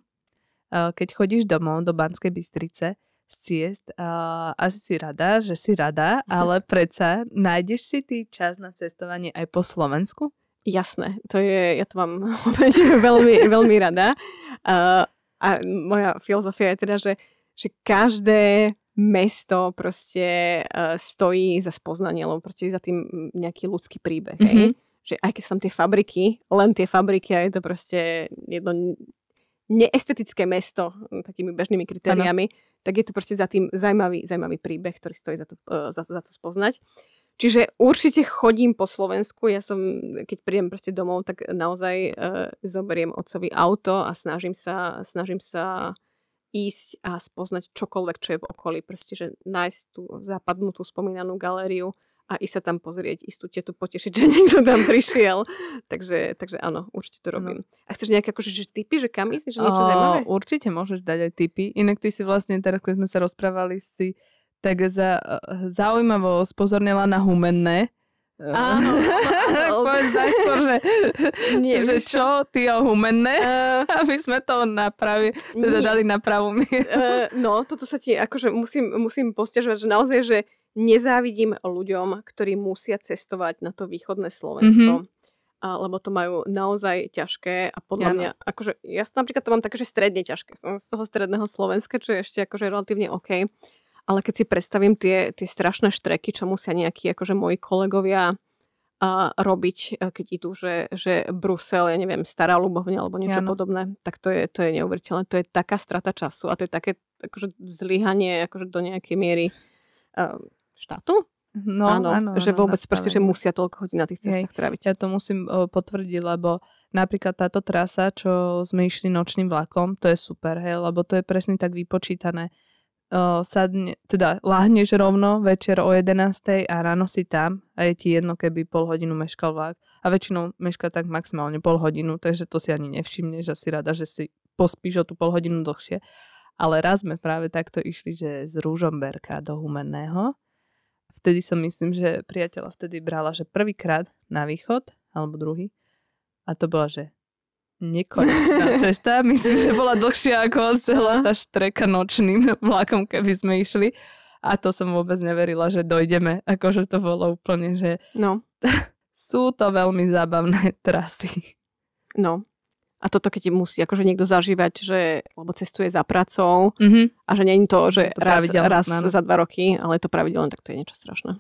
Keď chodíš domov do Banskej Bystrice z ciest, uh, asi si rada, že si rada, ale predsa nájdeš si ty čas na cestovanie aj po Slovensku? Jasné, to je, ja to mám veľmi, veľmi rada. Uh, a moja filozofia je teda, že, že každé mesto proste uh, stojí za spoznanie, lebo proste za tým nejaký ľudský príbeh. Mm-hmm. Hej? Že aj keď sú tam tie fabriky, len tie fabriky a je to proste jedno neestetické mesto takými bežnými kritériami, ano. Tak je to proste za tým zaujímavý, zaujímavý príbeh, ktorý stojí za to, uh, za, za to spoznať. Čiže určite chodím po Slovensku. Ja som, keď prídem proste domov, tak naozaj uh, zoberiem otcovi auto a snažím sa, snažím sa ísť a spoznať čokoľvek, čo je v okolí. Proste, že nájsť tú zapadnutú spomínanú galériu a ísť sa tam pozrieť, istú tetu potešiť, že niekto tam prišiel. takže, takže áno, určite to robím. No. A chceš nejaké akože, že tipy, že kam ísť, že niečo o, zaujímavé? Určite môžeš dať aj tipy. Inak ty si vlastne, teraz keď sme sa rozprávali, si tak za, zaujímavo spozornila na Humenné. Áno. Povedz najskôr, že, nie, že čo ty o Humenné, uh, aby sme to napravi, teda dali na pravú mieru. Uh, no, toto sa ti, akože musím, musím posťažovať, že naozaj, že nezávidím ľuďom, ktorí musia cestovať na to východné Slovensko, mm-hmm. a, lebo to majú naozaj ťažké a podľa ja, mňa, no. akože ja napríklad to mám také, že stredne ťažké. Som z toho stredného Slovenska, čo je ešte akože relatívne OK. Ale keď si predstavím tie, tie strašné štreky, čo musia nejakí akože moji kolegovia a, robiť, keď idú, že, že Brusel, ja neviem, Stará Ľubovňa alebo niečo ja, no. podobné, tak to je, to je neuveriteľné. To je taká strata času a to je také akože zlyhanie akože do nejakej miery uh, štátu? No, áno, áno, že áno, vôbec proste, že musia toľko hodín na tých cestách tráviť. Ja to musím uh, potvrdiť, lebo napríklad táto trasa, čo sme išli nočným vlakom, to je super, hej, lebo to je presne tak vypočítané. Uh, sadne, teda láhneš rovno večer o jedenástej a ráno si tam a je ti jedno, keby pol hodinu meškal vlak. A väčšinou meška tak maximálne pol hodinu, takže to si ani nevšimneš a si rada, že si pospíš o tú pol hodinu dlhšie. Ale raz sme práve takto išli, že z Ružomberka do Humenného. Vtedy som myslím, že priateľa vtedy brala, že prvýkrát na východ, alebo druhý. A to bola, že nekonečná cesta. Myslím, že bola dlhšia ako celá tá štreka nočným vlakom, keby sme išli. A to som vôbec neverila, že dojdeme. Akože to bolo úplne, že no. sú to veľmi zábavné trasy. No. A toto, keď ti musí akože niekto zažívať, že lebo cestuje za pracou mm-hmm. a že nie je to, že to raz, raz no. za dva roky, ale je to pravidelné, tak to je niečo strašné.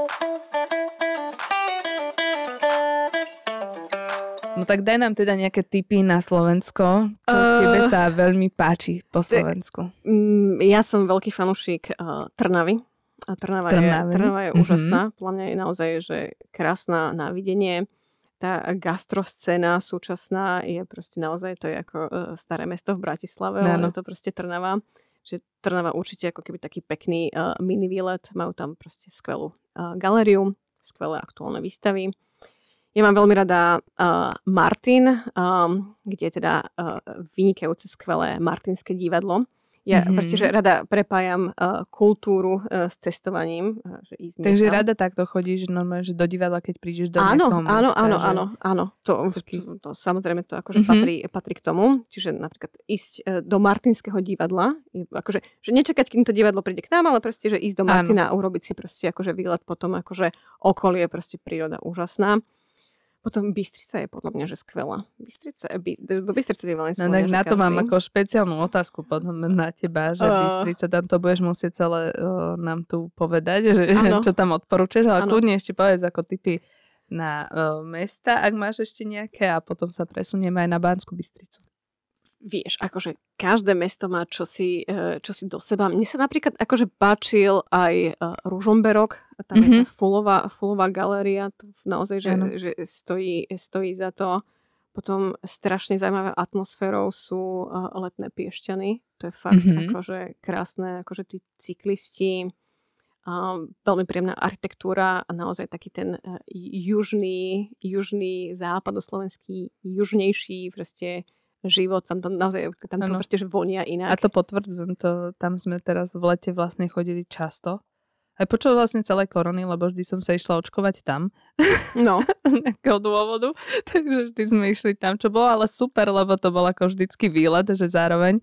No tak daj nám teda nejaké tipy na Slovensko, čo uh, tebe sa veľmi páči po Slovensku. Uh, ja som veľký fanúšik uh, Trnavy. A Trnava Trnavy. je, Trnava je mm-hmm. úžasná. Podľa mňa je naozaj že krásna na videnie. Tá gastroscéna súčasná je proste naozaj, to je ako uh, staré mesto v Bratislave, no, ale je to proste Trnava. Že Trnava určite ako keby taký pekný uh, mini výlet. Majú tam proste skvelú uh, galériu, skvelé aktuálne výstavy. Ja mám veľmi rada uh, Martin, um, kde je teda uh, vynikajúce skvelé martinské divadlo. Ja mm-hmm. proste, že rada prepájam uh, kultúru uh, s cestovaním. Uh, že ísť Takže niekam. rada takto chodíš normálne, že do divadla, keď prídeš do áno, nejakého áno, mesta. Áno, že... áno, áno. To, to, to, samozrejme to akože mm-hmm. patrí, patrí k tomu. Čiže napríklad ísť uh, do Martinského divadla. Akože, že nečakať, kým to divadlo príde k nám, ale proste, že ísť do Martina áno. a urobiť si proste akože výlet potom, akože okolie, proste príroda úžasná. Potom Bystrica je podľa mňa, že skvelá. Bystrica, by, do Bystrice by mali no, na to mám ako špeciálnu otázku potom na teba, že uh, Bystrica, tam to budeš musieť celé uh, nám tu povedať, že, čo tam odporúčaš, ale ano. Kľudne ešte povedz ako tipy na uh, mesta, ak máš ešte nejaké a potom sa presunieme aj na Banskú Bystricu. Vieš, akože každé mesto má čosi, čosi do seba. Mne sa napríklad akože páčil aj Ružomberok, tam mm-hmm. je tá fulová, fulová galéria, to naozaj, že, že stojí, stojí za to. Potom strašne zaujímavé atmosférou sú letné Piešťany. To je fakt mm-hmm. akože krásne, akože tí cyklisti, a veľmi príjemná architektúra a naozaj taký ten južný, južný západoslovenský, južnejší proste život, tam to naozaj, tam to proste, že vonia inak. A to potvrdzujem, to, tam sme teraz v lete vlastne chodili často Aj počas vlastne celej korony, lebo vždy som sa išla očkovať tam. No. Z nejakého dôvodu. Takže vždy sme išli tam, čo bolo ale super, lebo to bol ako vždycky výlet, že zároveň.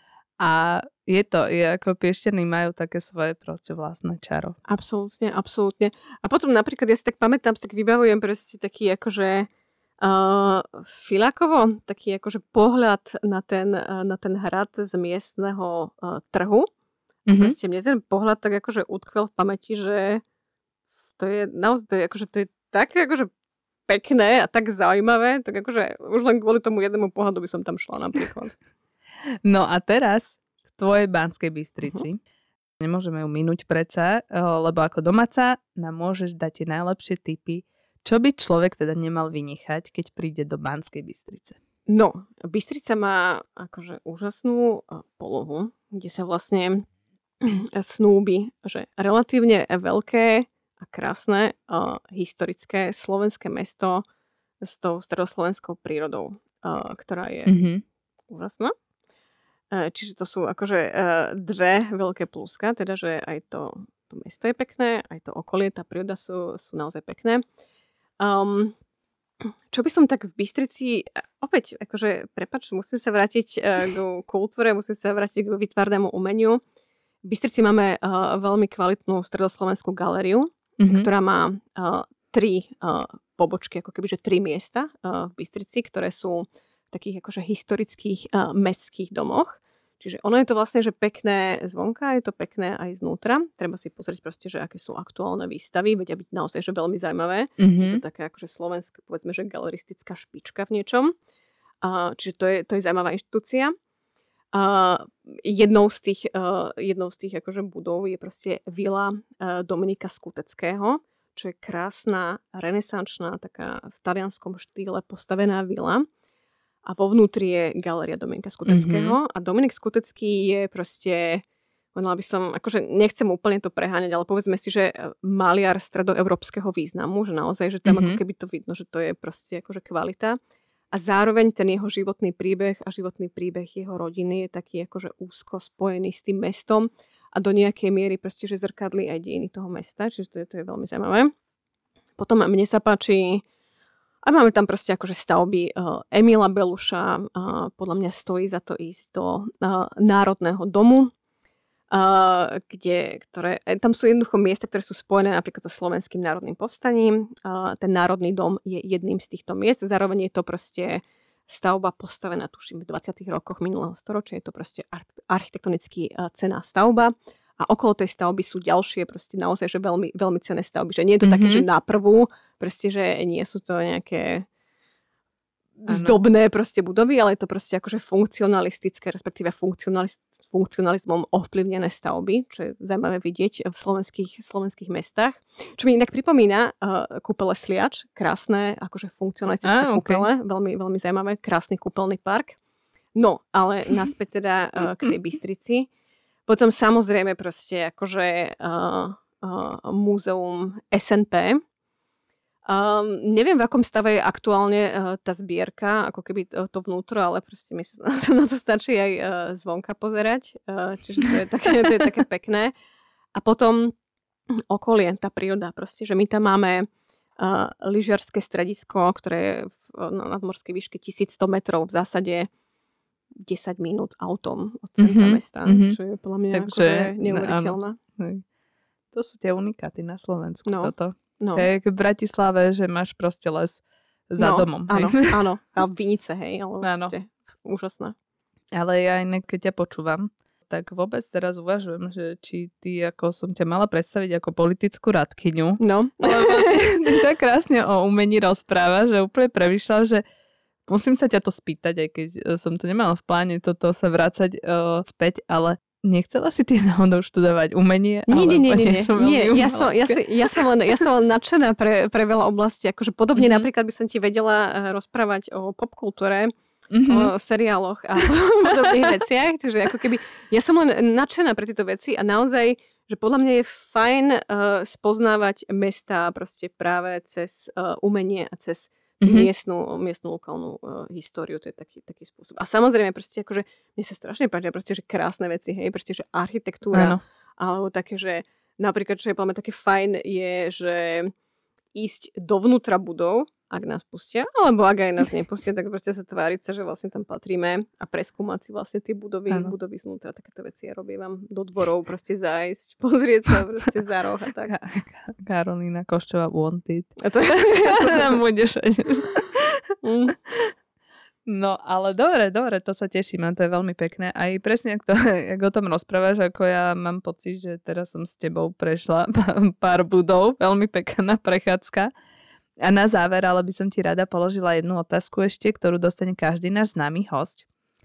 A je to, je ako Piešťany majú také svoje proste vlastné čaro. Absolútne, absolútne. A potom napríklad, ja si tak pamätám, si tak vybavujem proste taký akože uh, Filákovo, taký akože pohľad na ten, uh, na ten hrad z miestneho uh, trhu. Mm-hmm. Proste mne ten pohľad tak akože utkvel v pamäti, že to je naozaj, to je akože to je také akože pekné a tak zaujímavé, tak akože už len kvôli tomu jednému pohľadu by som tam šla napríklad. No a teraz k tvojej Banskej Bystrici. Uh-huh. Nemôžeme ju minúť predsa, lebo ako domáca nám môžeš dať tie najlepšie tipy, čo by človek teda nemal vynechať, keď príde do Banskej Bystrice. No, Bystrica má akože úžasnú polohu, kde sa vlastne snúbi, že relatívne veľké a krásne uh, historické slovenské mesto s tou stredoslovenskou prírodou, uh, ktorá je mm-hmm. úžasná. Uh, čiže to sú akože uh, dve veľké pluska, teda že aj to, to mesto je pekné, aj to okolie, tá príroda sú, sú naozaj pekné. Um, čo by som tak v Bystrici, opäť, akože, prepáč, musím sa vrátiť uh, k kultúre, musím sa vrátiť k výtvarnému umeniu. V Bystrici máme uh, veľmi kvalitnú stredoslovenskú galériu, mm-hmm. ktorá má uh, tri uh, pobočky, ako keby, že tri miesta uh, v Bystrici, ktoré sú v takých akože historických uh, mestských domoch. Čiže ono je to vlastne, že pekné zvonka, je to pekné aj znútra. Treba si pozrieť proste, že aké sú aktuálne výstavy, vedia byť naozaj že veľmi zaujímavé. Mm-hmm. Je to taká akože slovenská, povedzme, že galeristická špička v niečom. Uh, čiže to je, to je zaujímavá inštitúcia. Uh, jednou z tých, uh, jednou z tých akože budov je proste vila uh, Dominika Skuteckého, čo je krásna, renesančná, taká v talianskom štýle postavená vila. A vo vnútri je galéria Dominika Skuteckého. Mm-hmm. A Dominik Skutecký je proste, povedala by som, akože nechcem úplne to preháňať, ale povedzme si, že maliar stredoeurópskeho významu, že naozaj, že tam mm-hmm. ako keby to vidno, že to je proste akože kvalita. A zároveň ten jeho životný príbeh a životný príbeh jeho rodiny je taký akože úzko spojený s tým mestom a do nejakej miery proste, že zrkadlí aj dejiny toho mesta, čiže to je, to je veľmi zaujímavé. Potom mne sa páči, a máme tam proste akože stavby uh, Emila Beluša, uh, podľa mňa stojí za to ísť do uh, Národného domu, Uh, kde, ktoré, tam sú jednoducho miesta, ktoré sú spojené napríklad so Slovenským národným povstaním. Uh, ten Národný dom je jedným z týchto miest. Zároveň je to proste stavba postavená, tuším, v dvadsiatych rokoch minulého storočia. Je to proste architektonicky uh, cenná stavba. A okolo tej stavby sú ďalšie proste naozaj, že veľmi, veľmi cenné stavby. Že nie je to mm-hmm. také, že na prvú, proste, že nie sú to nejaké zdobné proste budovy, ale je to proste akože funkcionalistické, respektíve funkcionalist, funkcionalizmom ovplyvnené stavby, čo je zaujímavé vidieť v slovenských, slovenských mestách. Čo mi inak pripomína uh, kúpele Sliač, krásne akože funkcionalistické ah, okay. kúpele, veľmi, veľmi zaujímavé, krásny kúpeľný park. No, ale naspäť teda uh, k tej Bystrici. Potom samozrejme proste akože uh, uh, múzeum es en pé. Um, neviem, v akom stave je aktuálne uh, tá zbierka, ako keby to, to vnútro, ale proste mi sa na to stačí aj uh, zvonka pozerať. Uh, čiže to je, také, to je také pekné. A potom okolie, tá príroda proste, že my tam máme uh, lyžiarske stredisko, ktoré je v, na nadmorskej výške tisícsto metrov, v zásade desať minút autom od centra mm-hmm, mesta, mm-hmm. čo je podľa mňa Takže, akože neuveriteľné. No, to sú tie unikáty na Slovensku, no. toto. No. Hej, v Bratislave, že máš proste les za no, domom. Áno, hej. áno. A vinice, hej, ale áno. Proste úžasné. Ale ja inak, keď ťa počúvam, tak vôbec teraz uvažujem, že či ty, ako som ťa mala predstaviť ako politickú radkyňu. No. Lebo ty, ty tak krásne o umení rozpráva, že úplne premýšľam, že musím sa ťa to spýtať, aj keď som to nemala v pláne toto sa vrácať uh, späť, ale nechcela si ty náhodou študovať umenie? Nie, nie, nie, nie, nie. Ja, som, ja, som, ja, som len, ja som len nadšená pre, pre veľa oblastí. Akože podobne mm-hmm. napríklad by som ti vedela rozprávať o popkultúre, mm-hmm. o seriáloch a podobných veciach. Čiže ako keby, ja som len nadšená pre tieto veci a naozaj, že podľa mňa je fajn uh, spoznávať mestá proste práve cez uh, umenie a cez Mm-hmm. miestnú, miestnú lokálnu uh, históriu, to je taký, taký spôsob. A samozrejme, proste akože, mne sa strašne páčia proste, že krásne veci, hej, proste, že architektúra, ano. Alebo také, že napríklad, čo je podľa mňa také fajn, je, že ísť dovnútra budov, ak nás pustia, alebo ak aj nás nepustia, tak proste sa tváriť sa, že vlastne tam patríme a preskúmať si vlastne tie budovy, ano. budovy znútra, takéto veci ja robím do dvorov, proste zájsť, pozrieť sa proste za roh a tak. Karolína Koščová Wanted. A to je... Tam budeš. mm. No, ale dobre, dobre, to sa teším, a to je veľmi pekné. Aj presne, ak, to, ak o tom rozprávaš, ako ja mám pocit, že teraz som s tebou prešla pár budov, veľmi pekná prechádzka. A na záver, ale by som ti rada položila jednu otázku ešte, ktorú dostane každý náš známy hosť.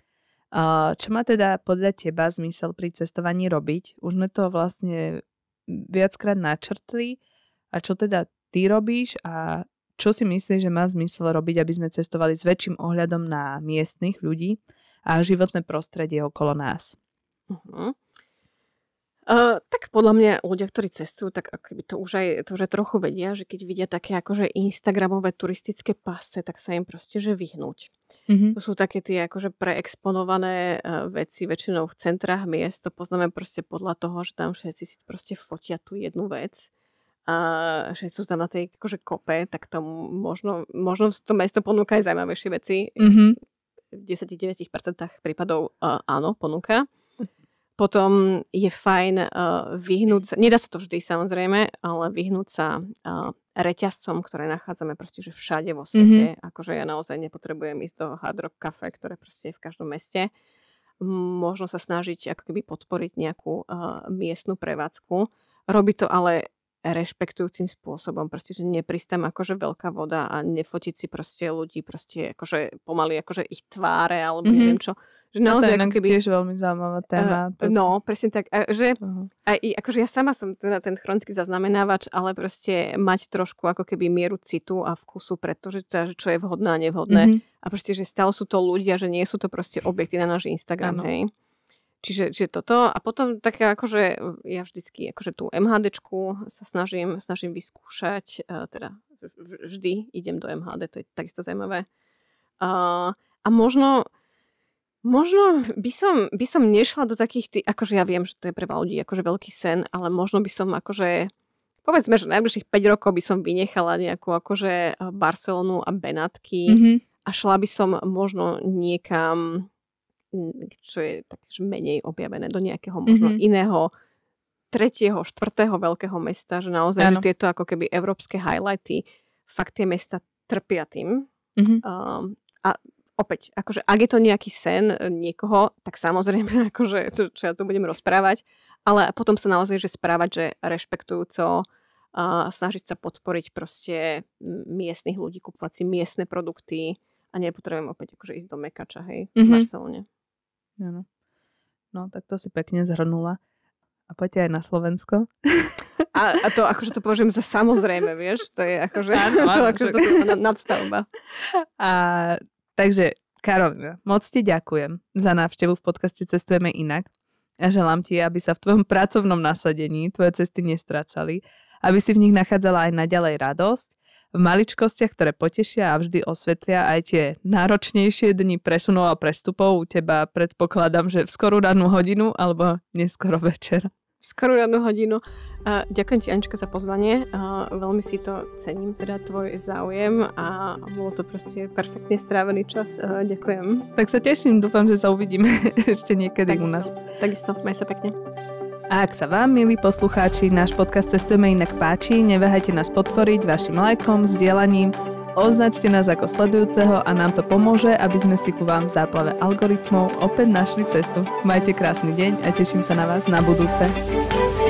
Čo má teda podľa teba zmysel pri cestovaní robiť? Už sme to vlastne viackrát načrtli. A čo teda ty robíš a čo si myslíš, že má zmysel robiť, aby sme cestovali s väčším ohľadom na miestnych ľudí a životné prostredie okolo nás? Uh-huh. Uh, tak podľa mňa ľudia, ktorí cestujú, tak akoby to už aj, to už aj trochu vedia, že keď vidia také akože instagramové turistické pasce, tak sa im proste že vyhnúť. Uh-huh. To sú také tie akože preexponované uh, veci väčšinou v centrách miest. To poznáme proste podľa toho, že tam všetci si proste fotia tú jednu vec. A že sú tam na tej akože kope, tak to možno, možno to mesto ponúka aj zaujímavejšie veci. Mm-hmm. V desať až deväť percent prípadov uh, áno, ponúka. Potom je fajn uh, vyhnúť sa, nedá sa to vždy samozrejme, ale vyhnúť sa uh, reťazcom, ktoré nachádzame proste že všade vo svete. Mm-hmm. Akože ja naozaj nepotrebujem ísť do Hard Rock Cafe, ktoré proste je v každom meste. Možno sa snažiť ako keby podporiť nejakú uh, miestnu prevádzku. Robí to ale rešpektujúcim spôsobom, proste, že nepristám akože veľká voda a nefotiť si proste ľudí, proste akože pomaly akože ich tváre, alebo mm-hmm. neviem čo. Že naozaj, to je keby, tiež veľmi zaujímavá téma. Uh, no, presne tak. A, že, uh-huh. aj, akože ja sama som teda ten chronický zaznamenávač, ale proste mať trošku ako keby mieru citu a vkusu, pretože čo je vhodné a nevhodné. Mm-hmm. A proste, že stále sú to ľudia, že nie sú to proste objekty na náš Instagram, ano. Hej. Čiže, čiže toto. A potom také akože ja vždycky akože tú MHDčku sa snažím, snažím vyskúšať. Uh, teda vždy idem do em há dé, to je takisto zaujímavé. Uh, a možno Možno by som, by som nešla do takých, tý, akože ja viem, že to je pre ľudí akože veľký sen, ale možno by som akože, povedzme, že najbližších päť rokov by som vynechala nejakú akože Barcelonu a Benátky mm-hmm. a šla by som možno niekam, čo je také menej objavené, do nejakého možno mm-hmm. iného tretieho, štvrtého veľkého mesta, že naozaj že tieto ako keby európske highlighty, fakt tie mesta trpia tým. Mm-hmm. Um, a opäť, akože ak je to nejaký sen niekoho, tak samozrejme, akože, čo, čo ja tu budem rozprávať, ale potom sa naozaj že správať, že rešpektujúco a snažiť sa podporiť proste miestnych ľudí, kupovať si miestne produkty a nepotrebujem opäť akože ísť do Mekača, hej, mm-hmm. v Barcelone. Áno. No, tak to si pekne zhrnula. A poďte aj na Slovensko. A, a to akože to považujem za samozrejme, vieš, to je akože, áno, to, áno, akože to je nadstavba. A takže, Karolina, moc ti ďakujem za návštevu v podcaste Cestujeme inak a želám ti, aby sa v tvojom pracovnom nasadení tvoje cesty nestrácali, aby si v nich nachádzala aj naďalej radosť, v maličkostiach, ktoré potešia a vždy osvetlia aj tie náročnejšie dni presunov a prestupov. U teba predpokladám, že v skorú rannú hodinu alebo neskoro večer. Skorú rannú hodinu. Uh, ďakujem ti, Anička, za pozvanie. Uh, veľmi si to cením, teda tvoj záujem a bolo to proste perfektne strávený čas. Uh, ďakujem. Tak sa teším, dúfam, že sa uvidíme ešte niekedy takisto, u nás. Takisto, maj sa pekne. A ak sa vám, milí poslucháči, náš podcast Cestujeme inak páči, neváhajte nás podporiť vašim lajkom, zdieľaním, označte nás ako sledujúceho a nám to pomôže, aby sme si ku vám v záplave algoritmov opäť našli cestu. Majte krásny deň a teším sa na vás na budúce.